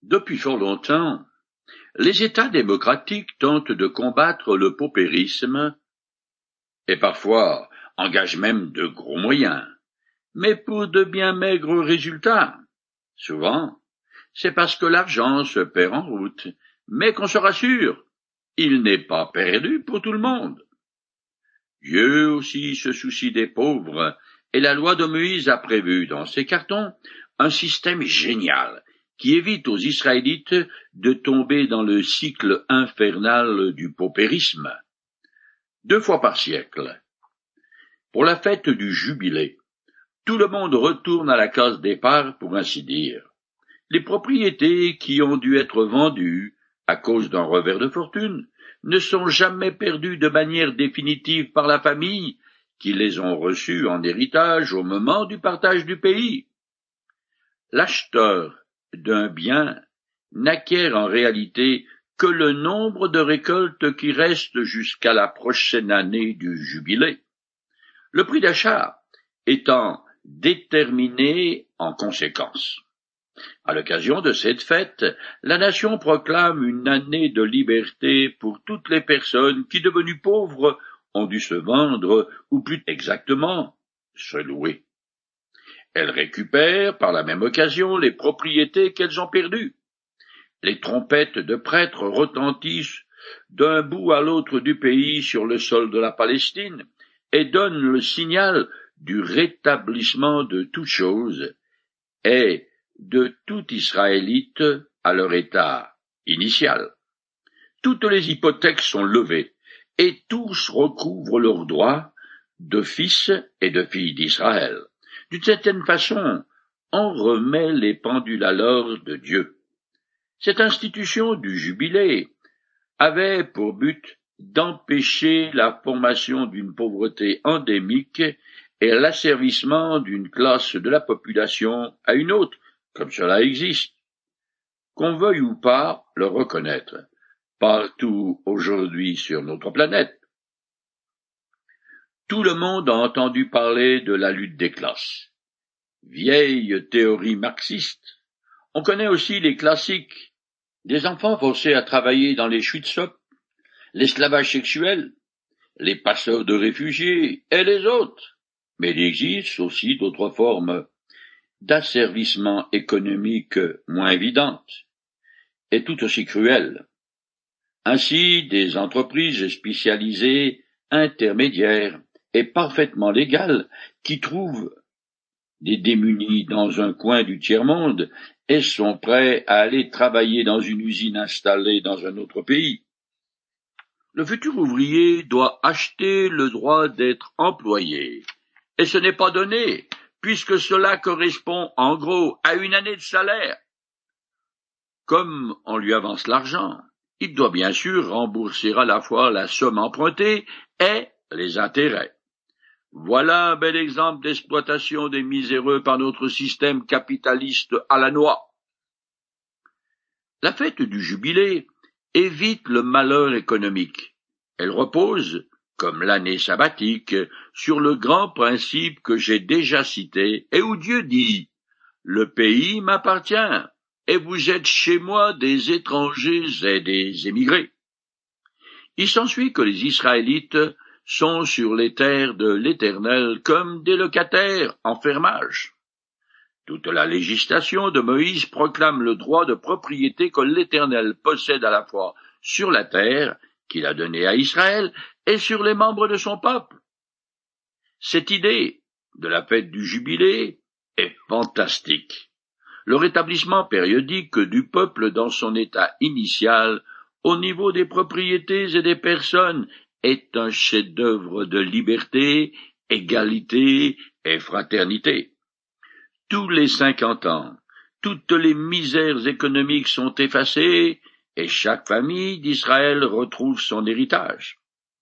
Depuis fort longtemps, les États démocratiques tentent de combattre le paupérisme et parfois engagent même de gros moyens, mais pour de bien maigres résultats. Souvent, c'est parce que l'argent se perd en route, mais qu'on se rassure, il n'est pas perdu pour tout le monde. Dieu aussi se soucie des pauvres, et la loi de Moïse a prévu dans ses cartons un système génial qui évite aux Israélites de tomber dans le cycle infernal du paupérisme. 2 fois par siècle, pour la fête du jubilé, tout le monde retourne à la case départ, pour ainsi dire. Les propriétés qui ont dû être vendues à cause d'un revers de fortune ne sont jamais perdues de manière définitive par la famille qui les ont reçues en héritage au moment du partage du pays. L'acheteur d'un bien n'acquiert en réalité que le nombre de récoltes qui restent jusqu'à la prochaine année du jubilé, le prix d'achat étant déterminé en conséquence. À l'occasion de cette fête, la nation proclame une année de liberté pour toutes les personnes qui, devenues pauvres, ont dû se vendre, ou plus exactement, se louer. Elles récupèrent par la même occasion les propriétés qu'elles ont perdues. Les trompettes de prêtres retentissent d'un bout à l'autre du pays sur le sol de la Palestine et donnent le signal du rétablissement de toutes choses et de tout Israélite à leur état initial. Toutes les hypothèques sont levées, et tous recouvrent leurs droits de fils et de filles d'Israël. D'une certaine façon, on remet les pendules à l'heure de Dieu. Cette institution du jubilé avait pour but d'empêcher la formation d'une pauvreté endémique et l'asservissement d'une classe de la population à une autre, comme cela existe, qu'on veuille ou pas le reconnaître, partout aujourd'hui sur notre planète. Tout le monde a entendu parler de la lutte des classes. Vieille théorie marxiste. On connaît aussi les classiques, des enfants forcés à travailler dans les schwitzop, l'esclavage sexuel, les passeurs de réfugiés et les autres. Mais il existe aussi d'autres formes d'asservissement économique moins évidentes et tout aussi cruelles. Ainsi, des entreprises spécialisées, intermédiaires et parfaitement légales qui trouvent des démunis dans un coin du tiers-monde et sont prêts à aller travailler dans une usine installée dans un autre pays. Le futur ouvrier doit acheter le droit d'être employé, et ce n'est pas donné, puisque cela correspond en gros à une année de salaire. Comme on lui avance l'argent, il doit bien sûr rembourser à la fois la somme empruntée et les intérêts. Voilà un bel exemple d'exploitation des miséreux par notre système capitaliste à la noix. La fête du jubilé évite le malheur économique. Elle repose, comme l'année sabbatique, sur le grand principe que j'ai déjà cité et où Dieu dit « Le pays m'appartient, et vous êtes chez moi des étrangers et des émigrés ». Il s'ensuit que les Israélites sont sur les terres de l'Éternel comme des locataires en fermage. Toute la législation de Moïse proclame le droit de propriété que l'Éternel possède à la fois sur la terre qu'il a donnée à Israël et sur les membres de son peuple. Cette idée de la fête du jubilé est fantastique. Le rétablissement périodique du peuple dans son état initial au niveau des propriétés et des personnes est un chef-d'œuvre de liberté, égalité et fraternité. Tous les 50 ans, toutes les misères économiques sont effacées et chaque famille d'Israël retrouve son héritage.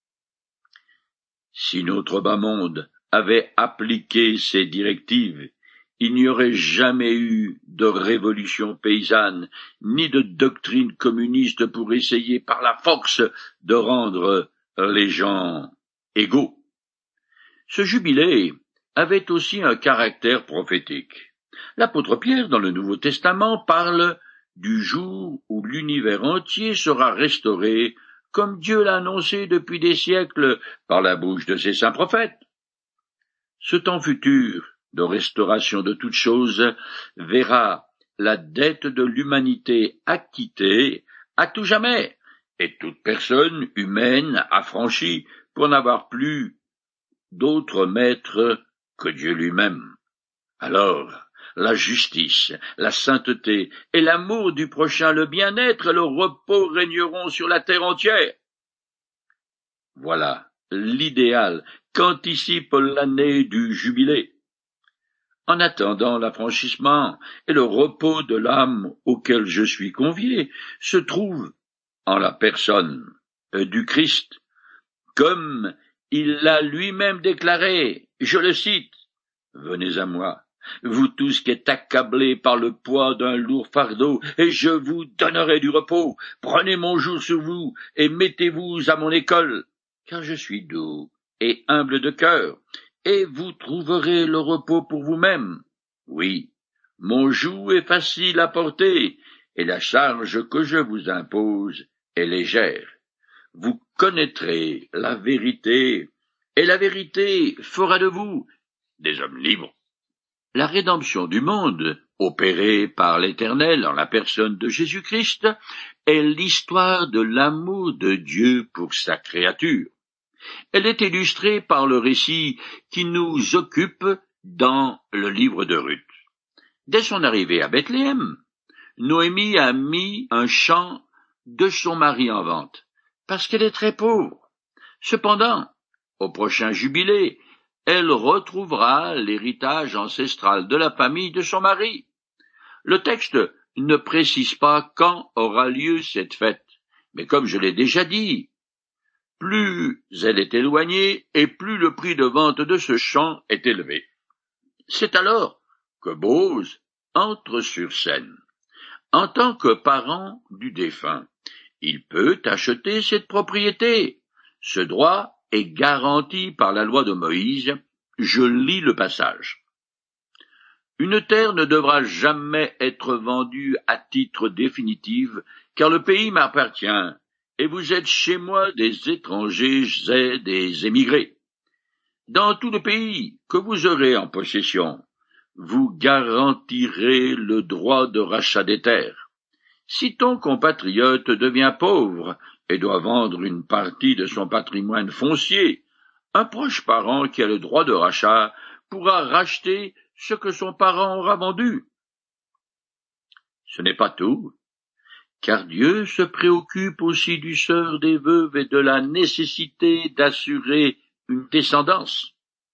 Si notre bas monde avait appliqué ces directives, il n'y aurait jamais eu de révolution paysanne, ni de doctrine communiste pour essayer par la force de rendre les gens égaux. Ce jubilé avait aussi un caractère prophétique. L'apôtre Pierre, dans le Nouveau Testament, parle du jour où l'univers entier sera restauré, comme Dieu l'a annoncé depuis des siècles par la bouche de ses saints prophètes. Ce temps futur de restauration de toutes choses verra la dette de l'humanité acquittée à tout jamais, et toute personne humaine affranchie pour n'avoir plus d'autre maître que Dieu lui-même. Alors, la justice, la sainteté et l'amour du prochain, le bien-être et le repos régneront sur la terre entière. Voilà l'idéal qu'anticipe l'année du jubilé. En attendant l'affranchissement et le repos de l'âme auquel je suis convié, se trouve en la personne du Christ, comme il l'a lui-même déclaré, je le cite, « Venez à moi, vous tous qui êtes accablés par le poids d'un lourd fardeau, et je vous donnerai du repos. Prenez mon joug sur vous, et mettez-vous à mon école, car je suis doux et humble de cœur, et vous trouverez le repos pour vous-même. Oui, mon joug est facile à porter, et la charge que je vous impose est légère. Vous connaîtrez la vérité, et la vérité fera de vous des hommes libres. » La rédemption du monde, opérée par l'Éternel en la personne de Jésus-Christ, est l'histoire de l'amour de Dieu pour sa créature. Elle est illustrée par le récit qui nous occupe dans le livre de Ruth. Dès son arrivée à Bethléem, Noémie a mis un champ de son mari en vente, parce qu'elle est très pauvre. Cependant, au prochain jubilé, elle retrouvera l'héritage ancestral de la famille de son mari. Le texte ne précise pas quand aura lieu cette fête, mais comme je l'ai déjà dit, plus elle est éloignée et plus le prix de vente de ce champ est élevé. C'est alors que Bose entre sur scène. En tant que parent du défunt, il peut acheter cette propriété. Ce droit est garanti par la loi de Moïse. Je lis le passage. Une terre ne devra jamais être vendue à titre définitif, car le pays m'appartient, et vous êtes chez moi des étrangers et des émigrés. Dans tout le pays que vous aurez en possession, vous garantirez le droit de rachat des terres. Si ton compatriote devient pauvre et doit vendre une partie de son patrimoine foncier, un proche parent qui a le droit de rachat pourra racheter ce que son parent aura vendu. Ce n'est pas tout, car Dieu se préoccupe aussi du sort des veuves et de la nécessité d'assurer une descendance.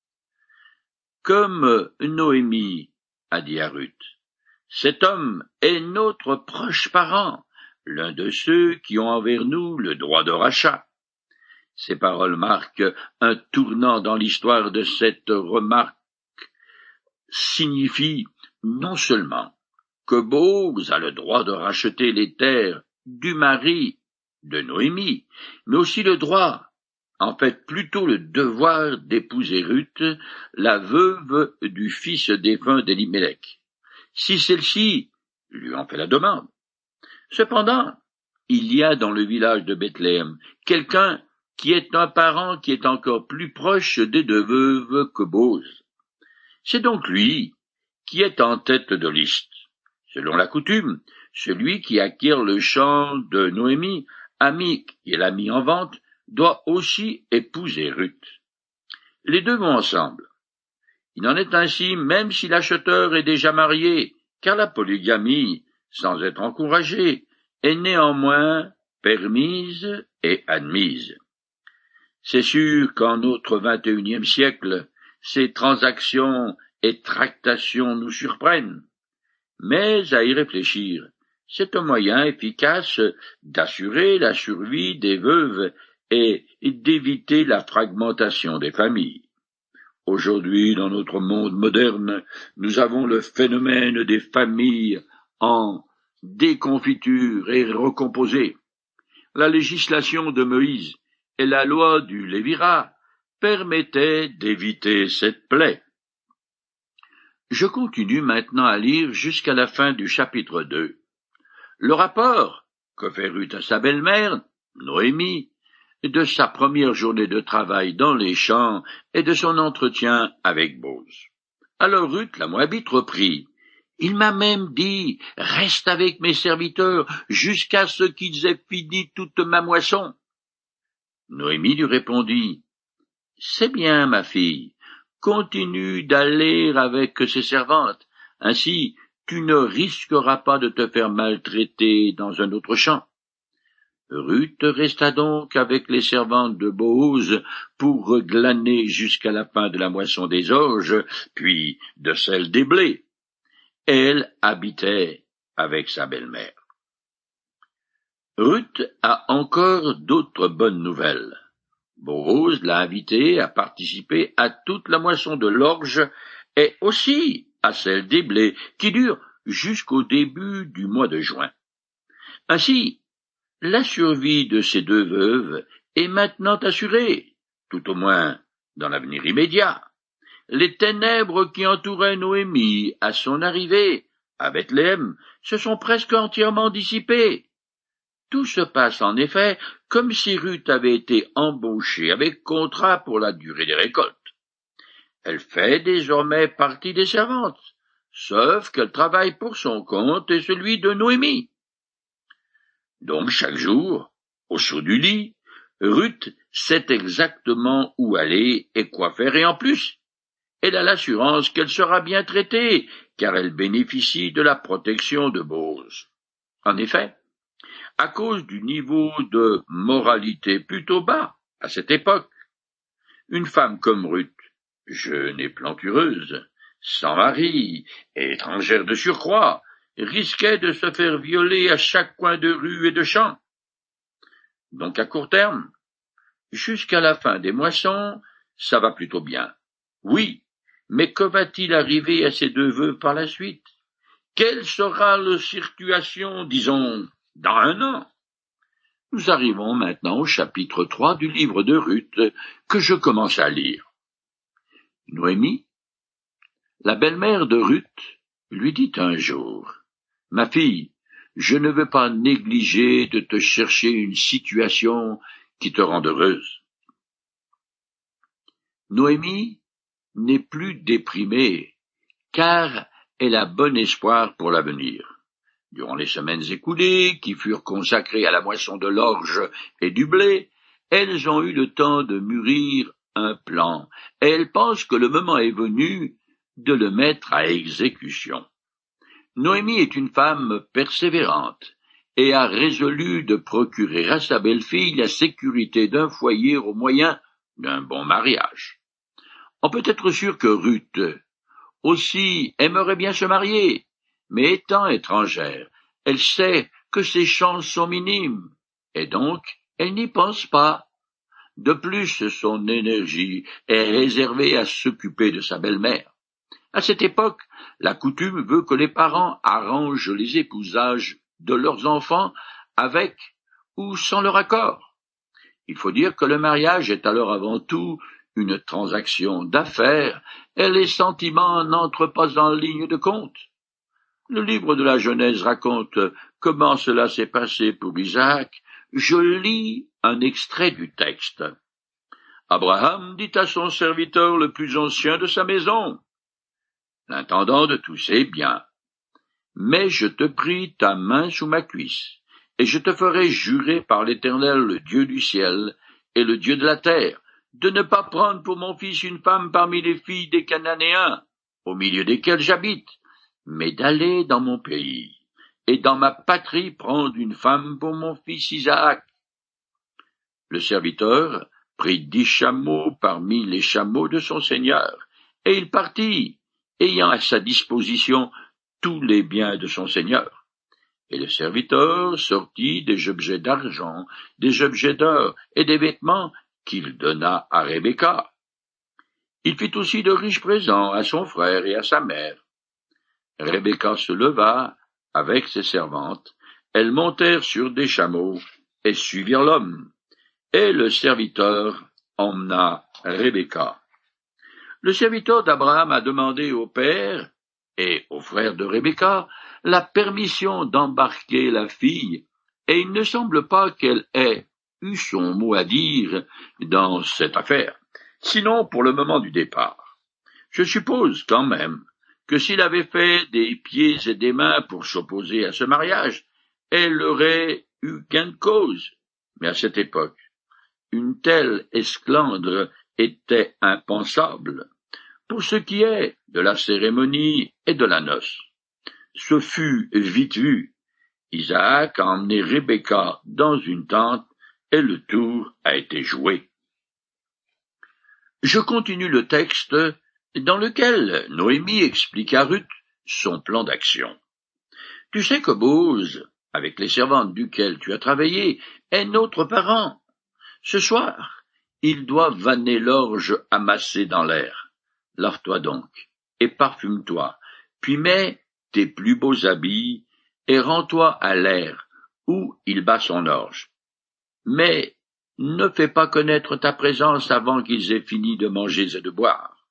Comme Noémie a dit à Ruth, cet homme est notre proche parent, l'un de ceux qui ont envers nous le droit de rachat. Ces paroles marquent un tournant dans l'histoire de cette remarque signifie non seulement que Bose a le droit de racheter les terres du mari de Noémie, mais aussi le droit, en fait plutôt le devoir d'épouser Ruth, la veuve du fils défunt d'Elimelech, si celle-ci lui en fait la demande. Cependant, il y a dans le village de Bethléem quelqu'un qui est un parent qui est encore plus proche des deux veuves que Bose. C'est donc lui qui est en tête de liste. Selon la coutume, celui qui acquiert le champ de Noémie, ami qui l'a mis en vente, doit aussi épouser Ruth. Les deux vont ensemble. Il en est ainsi même si l'acheteur est déjà marié, car la polygamie, sans être encouragée, est néanmoins permise et admise. C'est sûr qu'en notre XXIe siècle, ces transactions et tractations nous surprennent, mais à y réfléchir, c'est un moyen efficace d'assurer la survie des veuves et d'éviter la fragmentation des familles. Aujourd'hui, dans notre monde moderne, nous avons le phénomène des familles en déconfiture et recomposées. La législation de Moïse et la loi du Lévirat permettaient d'éviter cette plaie. Je continue maintenant à lire jusqu'à la fin du chapitre 2. Le rapport que fait Ruth à sa belle-mère, Noémie, de sa première journée de travail dans les champs et de son entretien avec Bose. Alors Ruth, la Moabite, reprit. Il m'a même dit, reste avec mes serviteurs jusqu'à ce qu'ils aient fini toute ma moisson. Noémie lui répondit, c'est bien, ma fille, continue d'aller avec ses servantes, ainsi tu ne risqueras pas de te faire maltraiter dans un autre champ. Ruth resta donc avec les servantes de Bose pour glaner jusqu'à la fin de la moisson des orges, puis de celle des blés. Elle habitait avec sa belle-mère. Ruth a encore d'autres bonnes nouvelles. Bose l'a invitée à participer à toute la moisson de l'orge et aussi à celle des blés, qui dure jusqu'au début du mois de juin. Ainsi, la survie de ces deux veuves est maintenant assurée, tout au moins dans l'avenir immédiat. Les ténèbres qui entouraient Noémie à son arrivée à Bethléem se sont presque entièrement dissipées. Tout se passe en effet comme si Ruth avait été embauchée avec contrat pour la durée des récoltes. Elle fait désormais partie des servantes, sauf qu'elle travaille pour son compte et celui de Noémie. Donc chaque jour, au saut du lit, Ruth sait exactement où aller et quoi faire, et en plus, elle a l'assurance qu'elle sera bien traitée, car elle bénéficie de la protection de Bose. En effet, à cause du niveau de moralité plutôt bas à cette époque, une femme comme Ruth, jeune et plantureuse, sans mari, et étrangère de surcroît, risquait de se faire violer à chaque coin de rue et de champ. Donc à court terme, jusqu'à la fin des moissons, ça va plutôt bien. Oui, mais que va-t-il arriver à ces deux veuves par la suite? Quelle sera leur situation, disons, dans un an? Nous arrivons maintenant au chapitre 3 du livre de Ruth, que je commence à lire. Noémie, la belle-mère de Ruth, lui dit un jour, « Ma fille, je ne veux pas négliger de te chercher une situation qui te rende heureuse. » Noémie n'est plus déprimée, car elle a bon espoir pour l'avenir. Durant les semaines écoulées, qui furent consacrées à la moisson de l'orge et du blé, elles ont eu le temps de mûrir un plan, et elles pensent que le moment est venu de le mettre à exécution. Noémie est une femme persévérante, et a résolu de procurer à sa belle-fille la sécurité d'un foyer au moyen d'un bon mariage. On peut être sûr que Ruth aussi aimerait bien se marier, mais étant étrangère, elle sait que ses chances sont minimes, et donc elle n'y pense pas. De plus, son énergie est réservée à s'occuper de sa belle-mère. À cette époque, la coutume veut que les parents arrangent les épousages de leurs enfants avec ou sans leur accord. Il faut dire que le mariage est alors avant tout une transaction d'affaires, et les sentiments n'entrent pas en ligne de compte. Le livre de la Genèse raconte comment cela s'est passé pour Isaac. Je lis un extrait du texte. Abraham dit à son serviteur le plus ancien de sa maison, l'intendant de tous ses biens, « Mais je te prie ta main sous ma cuisse, et je te ferai jurer par l'Éternel, le Dieu du ciel et le Dieu de la terre, de ne pas prendre pour mon fils une femme parmi les filles des Cananéens, au milieu desquels j'habite, mais d'aller dans mon pays, et dans ma patrie prendre une femme pour mon fils Isaac. » Le serviteur prit 10 chameaux parmi les chameaux de son seigneur, et il partit, ayant à sa disposition tous les biens de son seigneur. Et le serviteur sortit des objets d'argent, des objets d'or et des vêtements qu'il donna à Rebecca. Il fit aussi de riches présents à son frère et à sa mère. Rebecca se leva avec ses servantes, elles montèrent sur des chameaux et suivirent l'homme, et le serviteur emmena Rebecca. Le serviteur d'Abraham a demandé au père et aux frères de Rebecca la permission d'embarquer la fille, et il ne semble pas qu'elle ait eu son mot à dire dans cette affaire, sinon pour le moment du départ. Je suppose quand même que s'il avait fait des pieds et des mains pour s'opposer à ce mariage, elle aurait eu gain de cause. Mais à cette époque, une telle esclandre était impensable. Pour ce qui est de la cérémonie et de la noce, ce fut vite vu. Isaac a emmené Rebecca dans une tente et le tour a été joué. Je continue le texte dans lequel Noémie explique à Ruth son plan d'action. Tu sais que Bose, avec les servantes duquel tu as travaillé, est notre parent. Ce soir, ils doivent vanner l'orge amassée dans l'air. Lave-toi donc, et parfume-toi, puis mets tes plus beaux habits, et rends-toi à l'air, où il bat son orge. Mais ne fais pas connaître ta présence avant qu'ils aient fini de manger et de boire.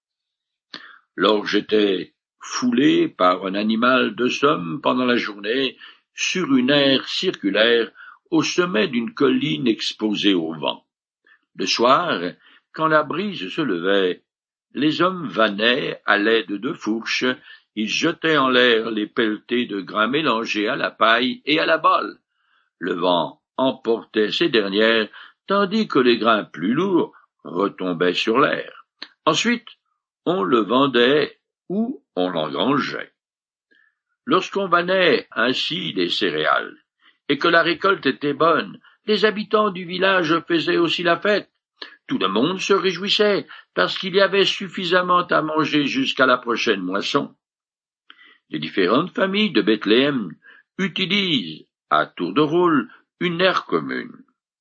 L'orge était foulée par un animal de somme pendant la journée sur une aire circulaire au sommet d'une colline exposée au vent. Le soir, quand la brise se levait, les hommes vannaient à l'aide de fourches, ils jetaient en l'air les pelletés de grains mélangés à la paille et à la balle. Le vent emportait ces dernières, tandis que les grains plus lourds retombaient sur l'air. Ensuite, on le vendait ou on l'engrangeait. Lorsqu'on vannait ainsi des céréales, et que la récolte était bonne, les habitants du village faisaient aussi la fête. Tout le monde se réjouissait, parce qu'il y avait suffisamment à manger jusqu'à la prochaine moisson. Les différentes familles de Bethléem utilisent, à tour de rôle, une aire commune.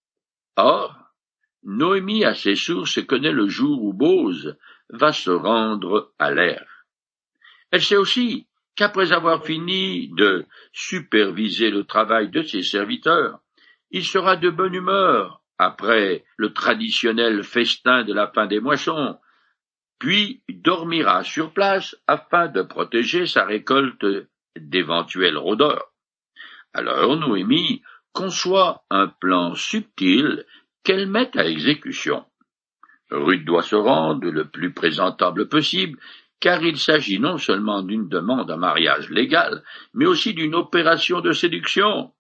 Or, Noémie à ses sources connaît le jour où Bose va se rendre à l'aire. Elle sait aussi qu'après avoir fini de superviser le travail de ses serviteurs, il sera de bonne humeur après le traditionnel festin de la fin des moissons, puis dormira sur place afin de protéger sa récolte d'éventuels rôdeurs. Alors Noémie conçoit un plan subtil qu'elle met à exécution. Ruth doit se rendre le plus présentable possible, car il s'agit non seulement d'une demande en mariage légal, mais aussi d'une opération de séduction.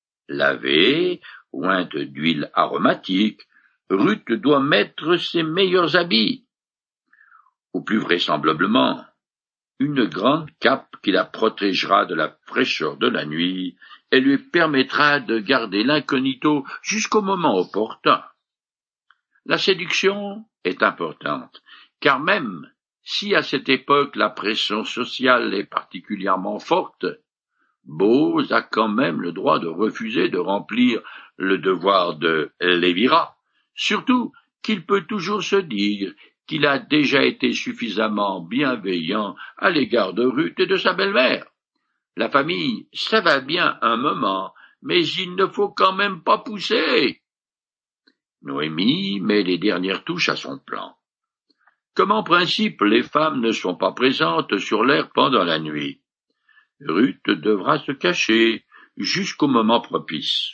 Lavée, ointe d'huile aromatique, Ruth doit mettre ses meilleurs habits. Ou plus vraisemblablement, une grande cape qui la protégera de la fraîcheur de la nuit et lui permettra de garder l'incognito jusqu'au moment opportun. La séduction est importante, car même si à cette époque la pression sociale est particulièrement forte, Bose a quand même le droit de refuser de remplir le devoir de Lévira, surtout qu'il peut toujours se dire qu'il a déjà été suffisamment bienveillant à l'égard de Ruth et de sa belle-mère. La famille, ça va bien un moment, mais il ne faut quand même pas pousser. Noémie met les dernières touches à son plan. Comme en principe les femmes ne sont pas présentes sur l'aire pendant la nuit, Ruth devra se cacher jusqu'au moment propice.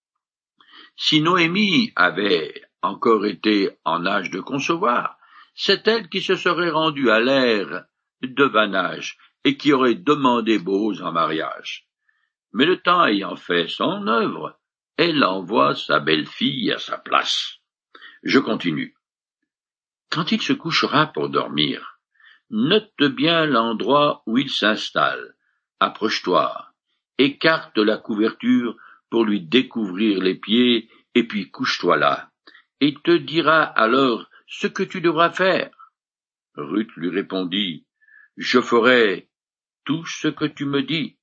Si Noémie avait encore été en âge de concevoir, c'est elle qui se serait rendue à l'aire de vannage et qui aurait demandé Bose en mariage. Mais le temps ayant fait son œuvre, elle envoie sa belle-fille à sa place. Je continue. Quand il se couchera pour dormir, note bien l'endroit où il s'installe. Approche-toi, écarte la couverture pour lui découvrir les pieds, et puis couche-toi là. Il te dira alors ce que tu devras faire. Ruth lui répondit, je ferai tout ce que tu me dis.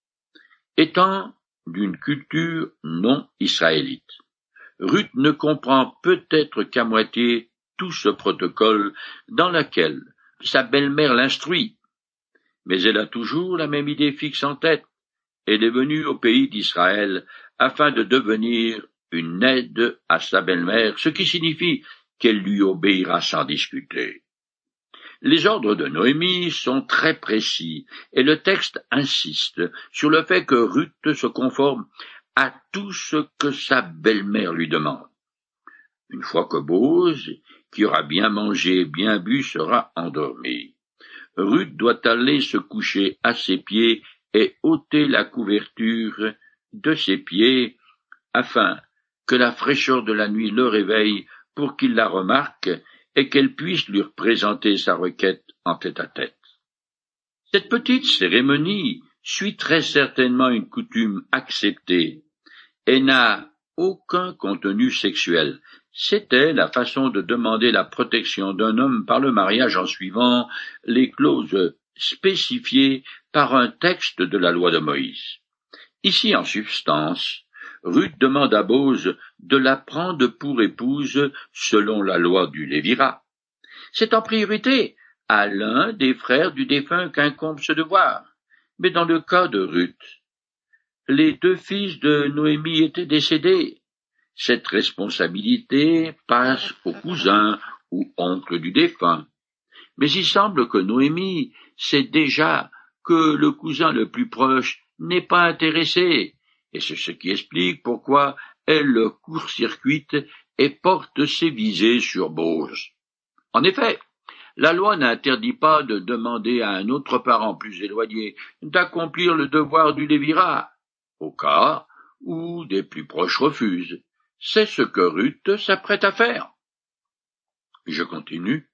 Étant d'une culture non israélite, Ruth ne comprend peut-être qu'à moitié tout ce protocole dans lequel sa belle-mère l'instruit, mais elle a toujours la même idée fixe en tête. Elle est venue au pays d'Israël afin de devenir une aide à sa belle-mère, ce qui signifie qu'elle lui obéira sans discuter. Les ordres de Noémie sont très précis et le texte insiste sur le fait que Ruth se conforme à tout ce que sa belle-mère lui demande. Une fois que Bose, qui aura bien mangé et bien bu, sera endormi, Ruth doit aller se coucher à ses pieds et ôter la couverture de ses pieds afin que la fraîcheur de la nuit le réveille pour qu'il la remarque et qu'elle puisse lui présenter sa requête en tête-à-tête. Cette petite cérémonie suit très certainement une coutume acceptée et n'a aucun contenu sexuel. C'était la façon de demander la protection d'un homme par le mariage en suivant les clauses spécifiées par un texte de la loi de Moïse. Ici, en substance, Ruth demande à Bose de la prendre pour épouse selon la loi du Lévirat. C'est en priorité à l'un des frères du défunt qu'incombe ce devoir. Mais dans le cas de Ruth, les deux fils de Noémie étaient décédés. Cette responsabilité passe au cousin ou oncle du défunt. Mais il semble que Noémie sait déjà que le cousin le plus proche n'est pas intéressé, et c'est ce qui explique pourquoi elle le court-circuite et porte ses visées sur Bose. En effet, la loi n'interdit pas de demander à un autre parent plus éloigné d'accomplir le devoir du Lévirat, au cas où des plus proches refusent. C'est ce que Ruth s'apprête à faire. Je continue.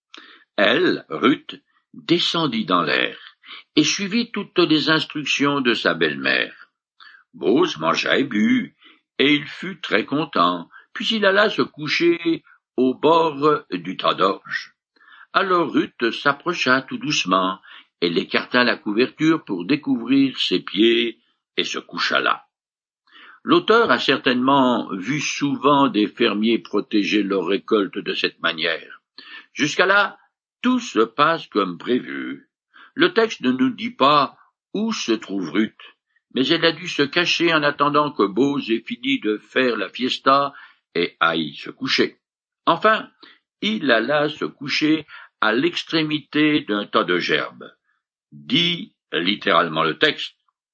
Elle, Ruth, descendit dans l'air et suivit toutes les instructions de sa belle-mère. Bose mangea et but, et il fut très content, puis il alla se coucher au bord du tas d'orge. Alors Ruth s'approcha tout doucement, elle écarta la couverture pour découvrir ses pieds et se coucha là. L'auteur a certainement vu souvent des fermiers protéger leurs récoltes de cette manière. Jusqu'à là, tout se passe comme prévu. Le texte ne nous dit pas où se trouve Ruth, mais elle a dû se cacher en attendant que Bose ait fini de faire la fiesta et aille se coucher. Enfin, il alla se coucher à l'extrémité d'un tas de gerbes. Dit littéralement le texte.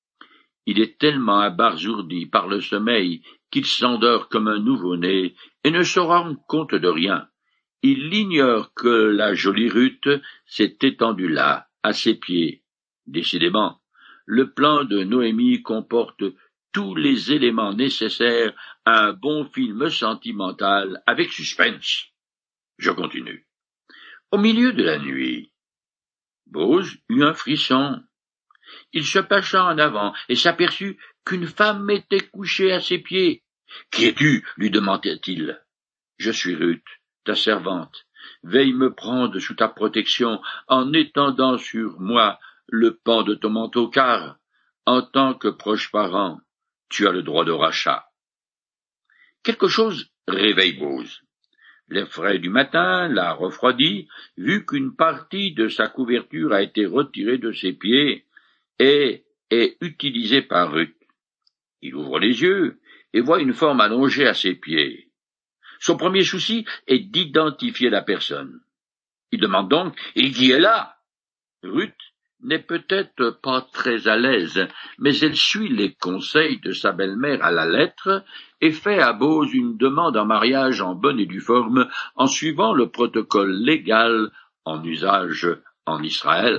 Il est tellement abasourdi par le sommeil qu'il s'endort comme un nouveau-né et ne se rend compte de rien. Il ignore que la jolie Ruth s'est étendue là, à ses pieds. Décidément, le plan de Noémie comporte tous les éléments nécessaires à un bon film sentimental avec suspense. Je continue. Au milieu de la nuit, Bose eut un frisson. Il se pencha en avant et s'aperçut qu'une femme était couchée à ses pieds. « Qui es-tu » lui demanda-t-il. « Je suis Ruth, ta servante. Veille me prendre sous ta protection en étendant sur moi le pan de ton manteau, car, en tant que proche parent, tu as le droit de rachat. » Quelque chose réveille Bose. Les frais du matin l'a refroidi, vu qu'une partie de sa couverture a été retirée de ses pieds et est utilisée par Ruth. Il ouvre les yeux et voit une forme allongée à ses pieds. Son premier souci est d'identifier la personne. Il demande donc « Et qui est là ?» Ruth n'est peut-être pas très à l'aise, mais elle suit les conseils de sa belle-mère à la lettre et fait à Bose une demande en mariage en bonne et due forme en suivant le protocole légal en usage en Israël.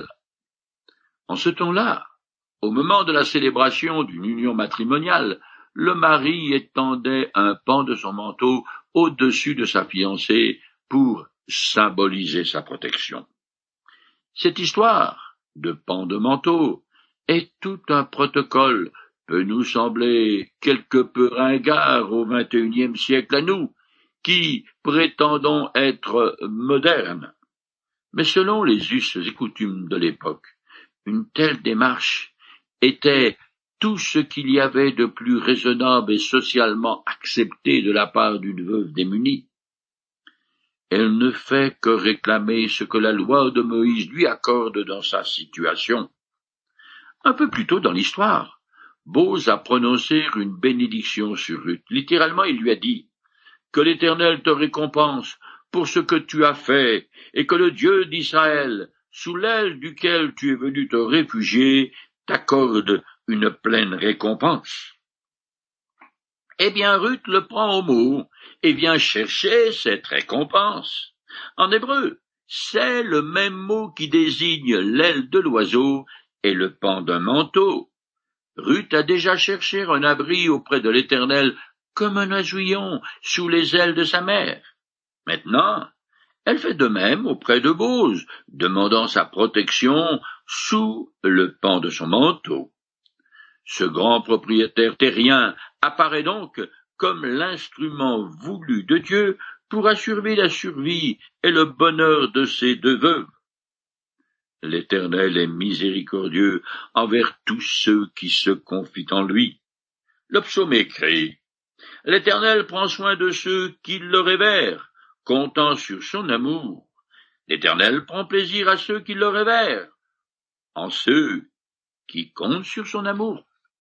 En ce temps-là, au moment de la célébration d'une union matrimoniale, le mari étendait un pan de son manteau au-dessus de sa fiancée pour symboliser sa protection. Cette histoire de pan de manteau est tout un protocole, peut nous sembler quelque peu ringard au XXIe siècle à nous, qui prétendons être modernes. Mais selon les us et coutumes de l'époque, une telle démarche était tout ce qu'il y avait de plus raisonnable et socialement accepté de la part d'une veuve démunie. Elle ne fait que réclamer ce que la loi de Moïse lui accorde dans sa situation. Un peu plus tôt dans l'histoire, Bose a prononcé une bénédiction sur Ruth. Littéralement, il lui a dit « Que l'Éternel te récompense pour ce que tu as fait, et que le Dieu d'Israël, sous l'aile duquel tu es venu te réfugier, t'accorde une pleine récompense. Eh bien, Ruth le prend au mot et vient chercher cette récompense. En hébreu, c'est le même mot qui désigne l'aile de l'oiseau et le pan d'un manteau. Ruth a déjà cherché un abri auprès de l'Éternel comme un oisillon sous les ailes de sa mère. Maintenant, elle fait de même auprès de Bose, demandant sa protection sous le pan de son manteau. Ce grand propriétaire terrien apparaît donc comme l'instrument voulu de Dieu pour assurer la survie et le bonheur de ces deux veuves. L'Éternel est miséricordieux envers tous ceux qui se confient en lui. Le psaume écrit: L'Éternel prend soin de ceux qui le révèrent, comptant sur son amour. L'Éternel prend plaisir à ceux qui le révèrent, en ceux qui comptent sur son amour.